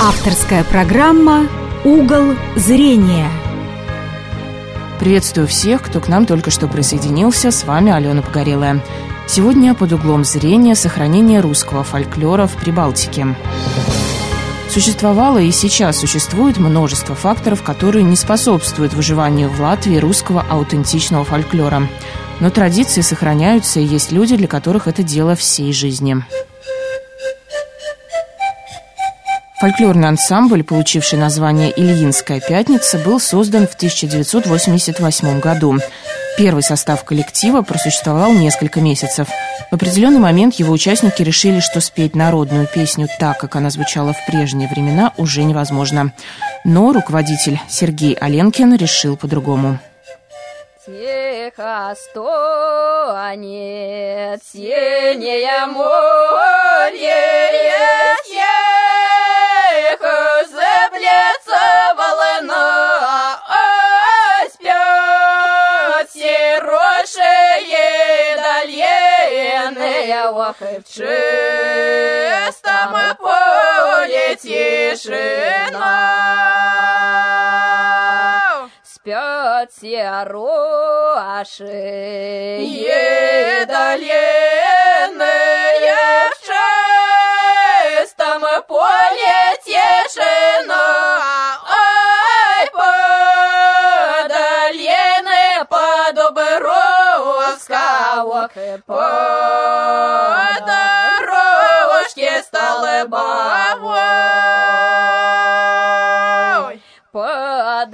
Авторская программа «Угол зрения». Приветствую всех, кто к нам только что присоединился. С вами Алена Погорелая. Сегодня под углом зрения сохранение русского фольклора в Прибалтике. Существовало и сейчас существует множество факторов, которые не способствуют выживанию в Латвии русского аутентичного фольклора. Но традиции сохраняются, и есть люди, для которых это дело всей жизни. Фольклорный ансамбль, получивший название «Ильинская пятница», был создан в 1988 году. Первый состав коллектива просуществовал несколько месяцев. В определенный момент его участники решили, что спеть народную песню так, как она звучала в прежние времена, уже невозможно. Но руководитель Сергей Аленкин решил по-другому. Тихо стонет синее море, тихо зыблется волна, спят серошие долины, ох, и в чистом поле тишина. Спят серошие долины, в чистом поле тишина. Ай, по долины, по Дубровска, ох, и по дорожке столбовой. По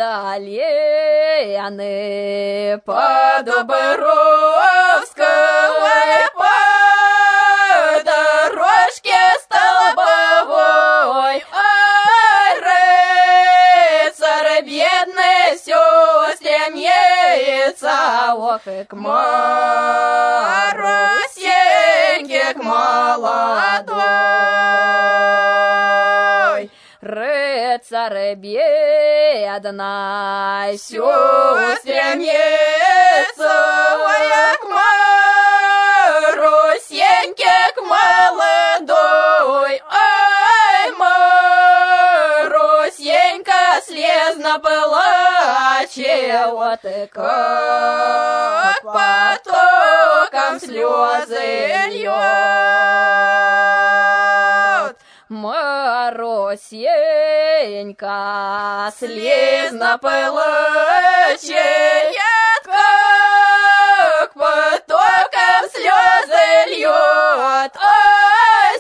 долины, по Дубровской, по дорожке столбовой. Ай, рыцарь бедный все стремится, ох, и к Марусеньке, к молодой. Рыцарь бедный все стремится, к Марусеньке, к молодой. Ай, Марусенька слезно плаче, вот и как потоком слезы льет. Марусенька слезно плачет, как потоком слезы льет. Ай,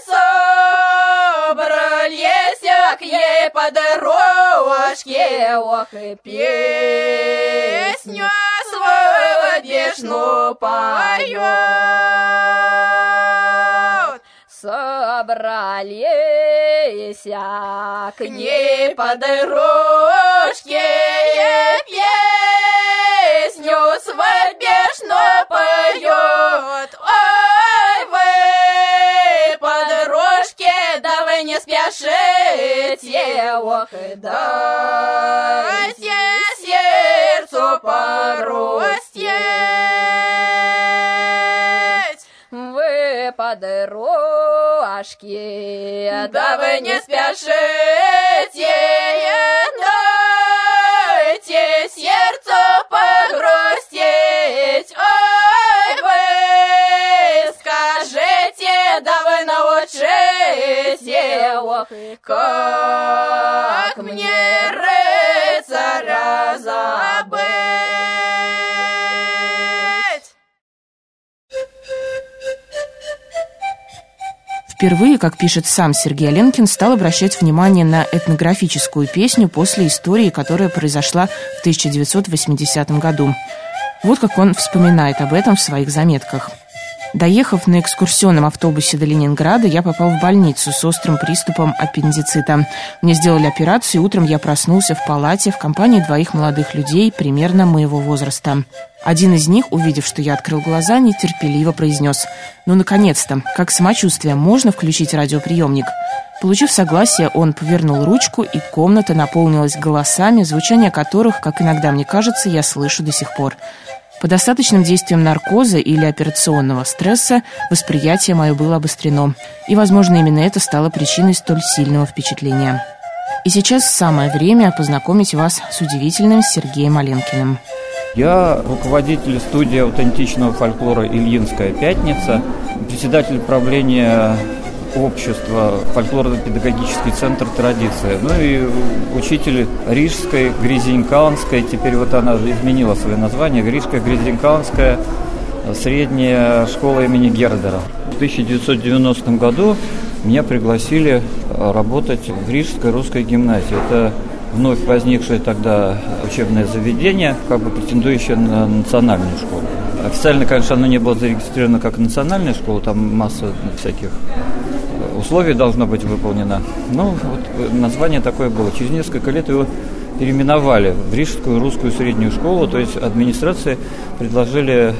собрались к ей по дорожке, ох, и песню свадебную поет. Собрались к ней по дорожке, песню свадебную поет. Ой, вы по дорожке, да вы не спешите, ох, и дайте сердцу порустеть. Вы по дорожке, да вы не спешите, дайте сердцу погрустеть. Ой, вы скажите, да вы научите, ох, и как мне рыцаря забыть. Впервые, как пишет сам Сергей Аленкин, стал обращать внимание на этнографическую песню после истории, которая произошла в 1980 году. Вот как он вспоминает об этом в своих заметках. Доехав на экскурсионном автобусе до Ленинграда, я попал в больницу с острым приступом аппендицита. Мне сделали операцию, и утром я проснулся в палате в компании двоих молодых людей примерно моего возраста. Один из них, увидев, что я открыл глаза, нетерпеливо произнес: «Ну, наконец-то! Как самочувствие? Можно включить радиоприемник?» Получив согласие, он повернул ручку, и комната наполнилась голосами, звучание которых, как иногда мне кажется, я слышу до сих пор. По достаточным действиям наркоза или операционного стресса восприятие мое было обострено, и, возможно, именно это стало причиной столь сильного впечатления. И сейчас самое время познакомить вас с удивительным Сергеем Оленкиным. Я руководитель студии аутентичного фольклора «Ильинская пятница», председатель правления общества «Фольклорно-педагогический центр традиции», ну и учитель Рижской, Грязенькалнской, теперь вот она изменила свое название, Рижская, Грязенькалнская средняя школа имени Гердера. В 1990 году меня пригласили работать в Рижской русской гимназии. Это вновь возникшее тогда учебное заведение, как бы претендующее на национальную школу. Официально, конечно, оно не было зарегистрировано как национальная школа, там масса всяких условий должно быть выполнено. Ну, вот название такое было. Через несколько лет его переименовали в Рижскую русскую среднюю школу, то есть администрации предложили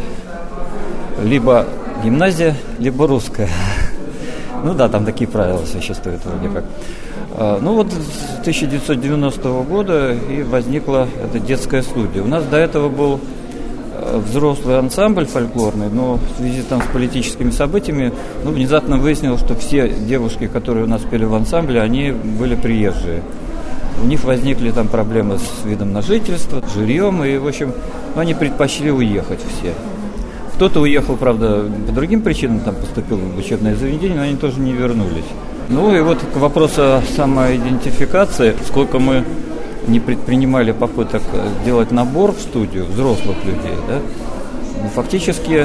либо гимназия, либо русская. Ну да, там такие правила существуют вроде как. Ну вот с 1990 года и возникла эта детская студия. У нас до этого был взрослый ансамбль фольклорный, но в связи там с политическими событиями внезапно выяснилось, что все девушки, которые у нас пели в ансамбле, они были приезжие. У них возникли там проблемы с видом на жительство, с жильем, и, в общем, они предпочли уехать все. Кто-то уехал, правда, по другим причинам, там поступил в учебное заведение, но они тоже не вернулись. Ну и вот к вопросу о самоидентификации, сколько мы не предпринимали попыток сделать набор в студию взрослых людей, да, фактически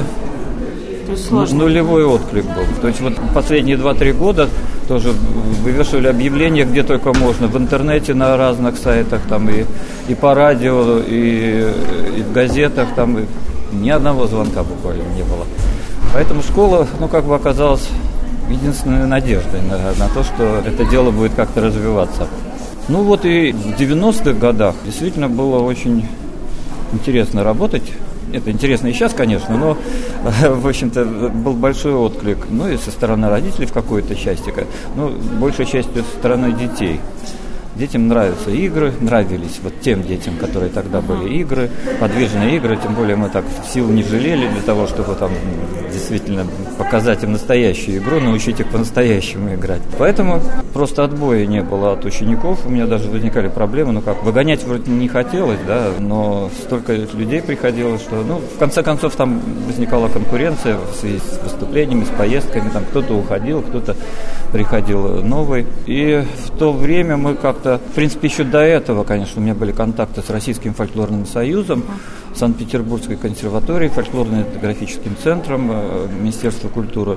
нулевой отклик был. То есть вот последние 2-3 года тоже вывешивали объявления, где только можно, в интернете, на разных сайтах, там и по радио, и в газетах, там и ни одного звонка буквально не было. Поэтому школа, как бы оказалась единственной надеждой на то, что это дело будет как-то развиваться. Ну вот и в 90-х годах действительно было очень интересно работать. Это интересно и сейчас, конечно, но, в общем-то, был большой отклик. Ну и со стороны родителей в какой-то части, но большей частью со стороны детей. Детям нравятся игры, нравились вот тем детям, которые тогда были игры, подвижные игры, тем более мы так сил не жалели для того, чтобы там действительно показать им настоящую игру, научить их по-настоящему играть. Поэтому просто отбоя не было от учеников, у меня даже возникали проблемы, выгонять вроде не хотелось, да, но столько людей приходило, что, в конце концов там возникала конкуренция в связи с выступлениями, с поездками, там кто-то уходил, кто-то приходил новый, и в то время мы как-то, в принципе, еще до этого, конечно, у меня были контакты с Российским фольклорным союзом, Санкт-Петербургской консерваторией, фольклорно-этнографическим центром Министерства культуры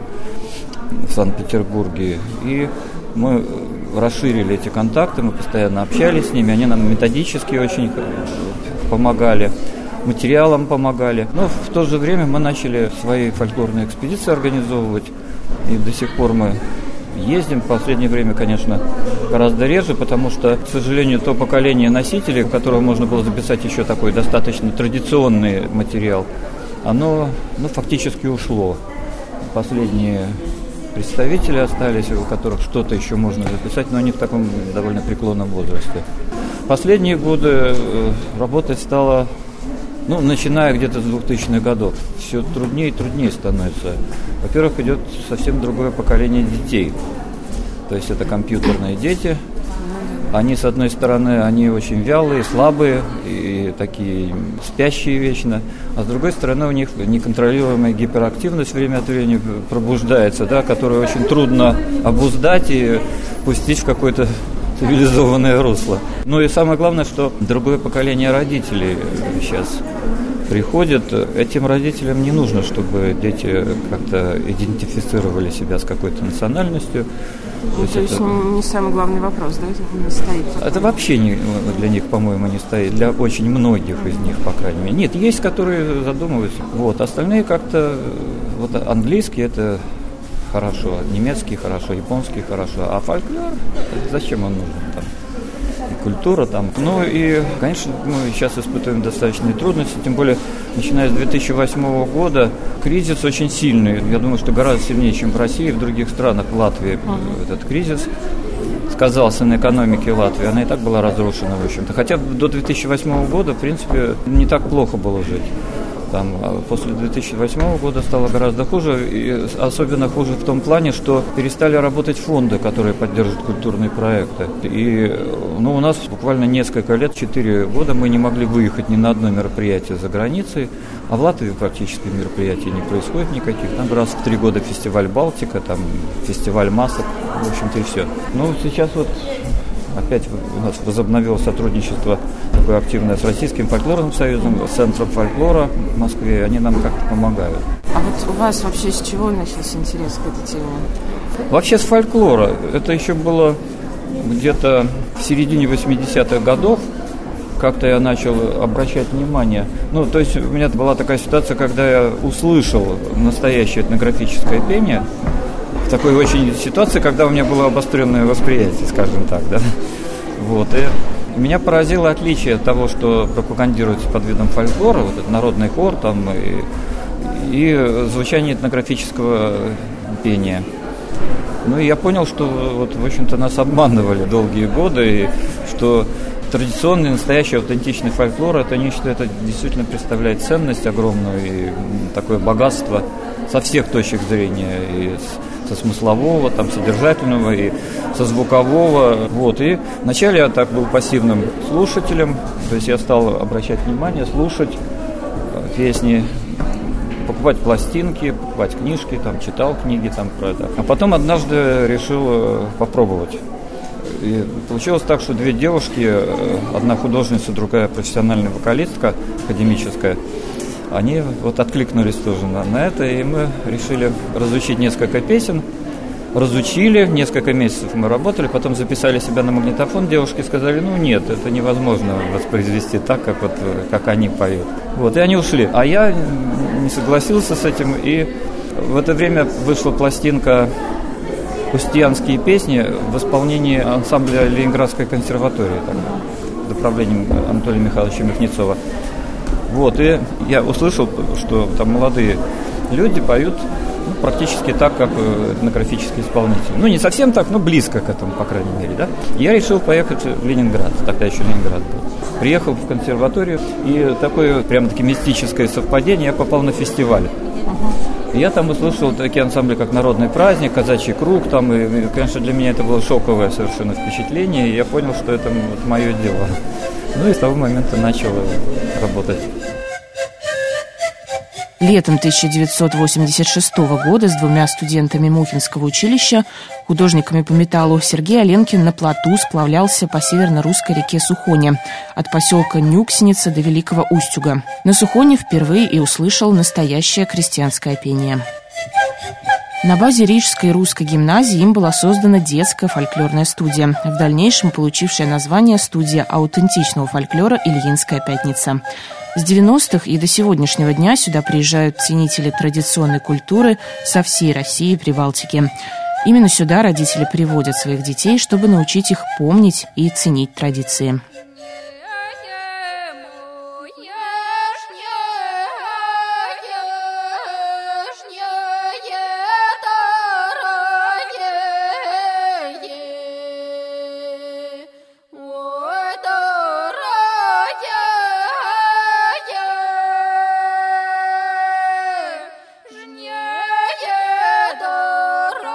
в Санкт-Петербурге. И мы расширили эти контакты, мы постоянно общались с ними, они нам методически очень помогали, материалом помогали. Но в то же время мы начали свои фольклорные экспедиции организовывать, и до сих пор мы ездим. В последнее время, конечно, гораздо реже, потому что, к сожалению, то поколение носителей, которого можно было записать еще такой достаточно традиционный материал, оно, фактически ушло. Последние представители остались, у которых что-то еще можно записать, но они в таком довольно преклонном возрасте. Последние годы работать стало, начиная где-то с 2000-х годов. Все труднее и труднее становится. Во-первых, идет совсем другое поколение детей. То есть это компьютерные дети. Они, с одной стороны, они очень вялые, слабые и такие спящие вечно. А с другой стороны, у них неконтролируемая гиперактивность время от времени пробуждается, да, которую очень трудно обуздать и пустить в какое-то цивилизованное русло. Ну и самое главное, что другое поколение родителей сейчас приходит. Этим родителям не нужно, чтобы дети как-то идентифицировали себя с какой-то национальностью. То есть не самый главный вопрос, да, не стоит? Это вообще для них, по-моему, не стоит. Для очень многих из них, по крайней мере. Нет, есть, которые задумываются. Остальные как-то... английский – это хорошо, немецкий – хорошо, японский – хорошо. А фольклор – зачем он нужен там? И культура там. И, конечно, мы сейчас испытываем достаточные трудности, тем более, начиная с 2008 года, кризис очень сильный. Я думаю, что гораздо сильнее, чем в России, в других странах, в Латвии этот кризис сказался на экономике Латвии. Она и так была разрушена, в общем-то. Хотя до 2008 года, в принципе, не так плохо было жить. После 2008 года стало гораздо хуже, и особенно хуже в том плане, что перестали работать фонды, которые поддерживают культурные проекты. И у нас буквально несколько лет, 4 года мы не могли выехать ни на одно мероприятие за границей, а в Латвии практически мероприятий не происходит никаких. Там раз в 3 года фестиваль «Балтика», там фестиваль масок, в общем-то и все. Сейчас опять у нас возобновилось сотрудничество такое активное с Российским фольклорным союзом, с Центром фольклора в Москве. Они нам как-то помогают. А вот у вас вообще с чего начался интерес к этой теме? Вообще с фольклора. Это еще было где-то в середине 80-х годов. Как-то я начал обращать внимание. То есть у меня была такая ситуация, когда я услышал настоящее этнографическое пение. В такой очень ситуации, когда у меня было обостренное восприятие, скажем так, да. И меня поразило отличие от того, что пропагандируется под видом фольклора, этот народный хор там и звучание этнографического пения. И я понял, что в общем-то нас обманывали долгие годы, и что традиционный, настоящий, аутентичный фольклор – это нечто, это действительно представляет ценность огромную и такое богатство со всех точек зрения, и со смыслового, содержательного, и со звукового. И вначале я так был пассивным слушателем, то есть я стал обращать внимание, слушать песни, покупать пластинки, покупать книжки, читал книги про это. А потом однажды решил попробовать. И получилось так, что 2 девушки, одна художница, другая профессиональная вокалистка академическая, они откликнулись тоже на это, и мы решили разучить несколько песен. Разучили, несколько месяцев мы работали, потом записали себя на магнитофон, девушки сказали, нет, это невозможно воспроизвести так, как они поют. И они ушли. А я не согласился с этим, и в это время вышла пластинка «Устьянские песни» в исполнении ансамбля Ленинградской консерватории, под управлением Анатолия Михайловича Михнецова. И я услышал, что там молодые люди поют практически так, как этнографические исполнители. Не совсем так, но близко к этому, по крайней мере, да. Я решил поехать в Ленинград, тогда еще Ленинград был. Приехал в консерваторию, и такое прямо-таки мистическое совпадение, я попал на фестиваль. И я там услышал такие ансамбли, как «Народный праздник», «Казачий круг», и, конечно, для меня это было шоковое совершенно впечатление, и я понял, что это мое дело. И с того момента начал работать. Летом 1986 года с 2 студентами Мухинского училища, художниками по металлу, Сергей Аленкин на плоту сплавлялся по северно-русской реке Сухоне от поселка Нюксеница до Великого Устюга. На Сухоне впервые и услышал настоящее крестьянское пение. На базе Рижской русской гимназии им была создана детская фольклорная студия, в дальнейшем получившая название «Студия аутентичного фольклора Ильинская пятница». С 90-х и до сегодняшнего дня сюда приезжают ценители традиционной культуры со всей России и Прибалтики. Именно сюда родители приводят своих детей, чтобы научить их помнить и ценить традиции.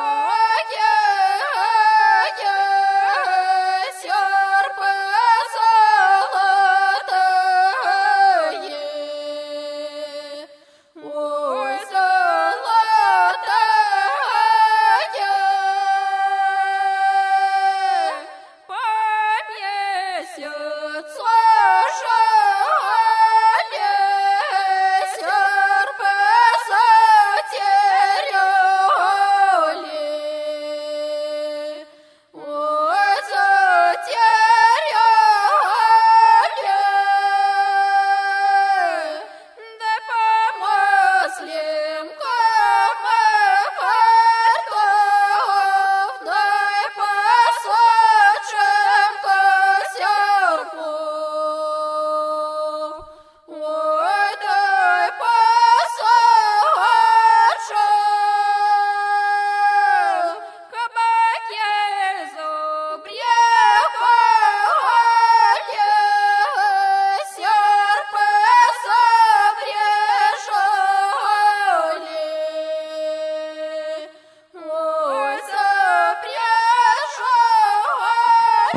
Серп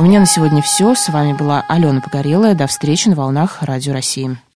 У меня на сегодня все. С вами была Алена Погорелая. До встречи на волнах Радио России.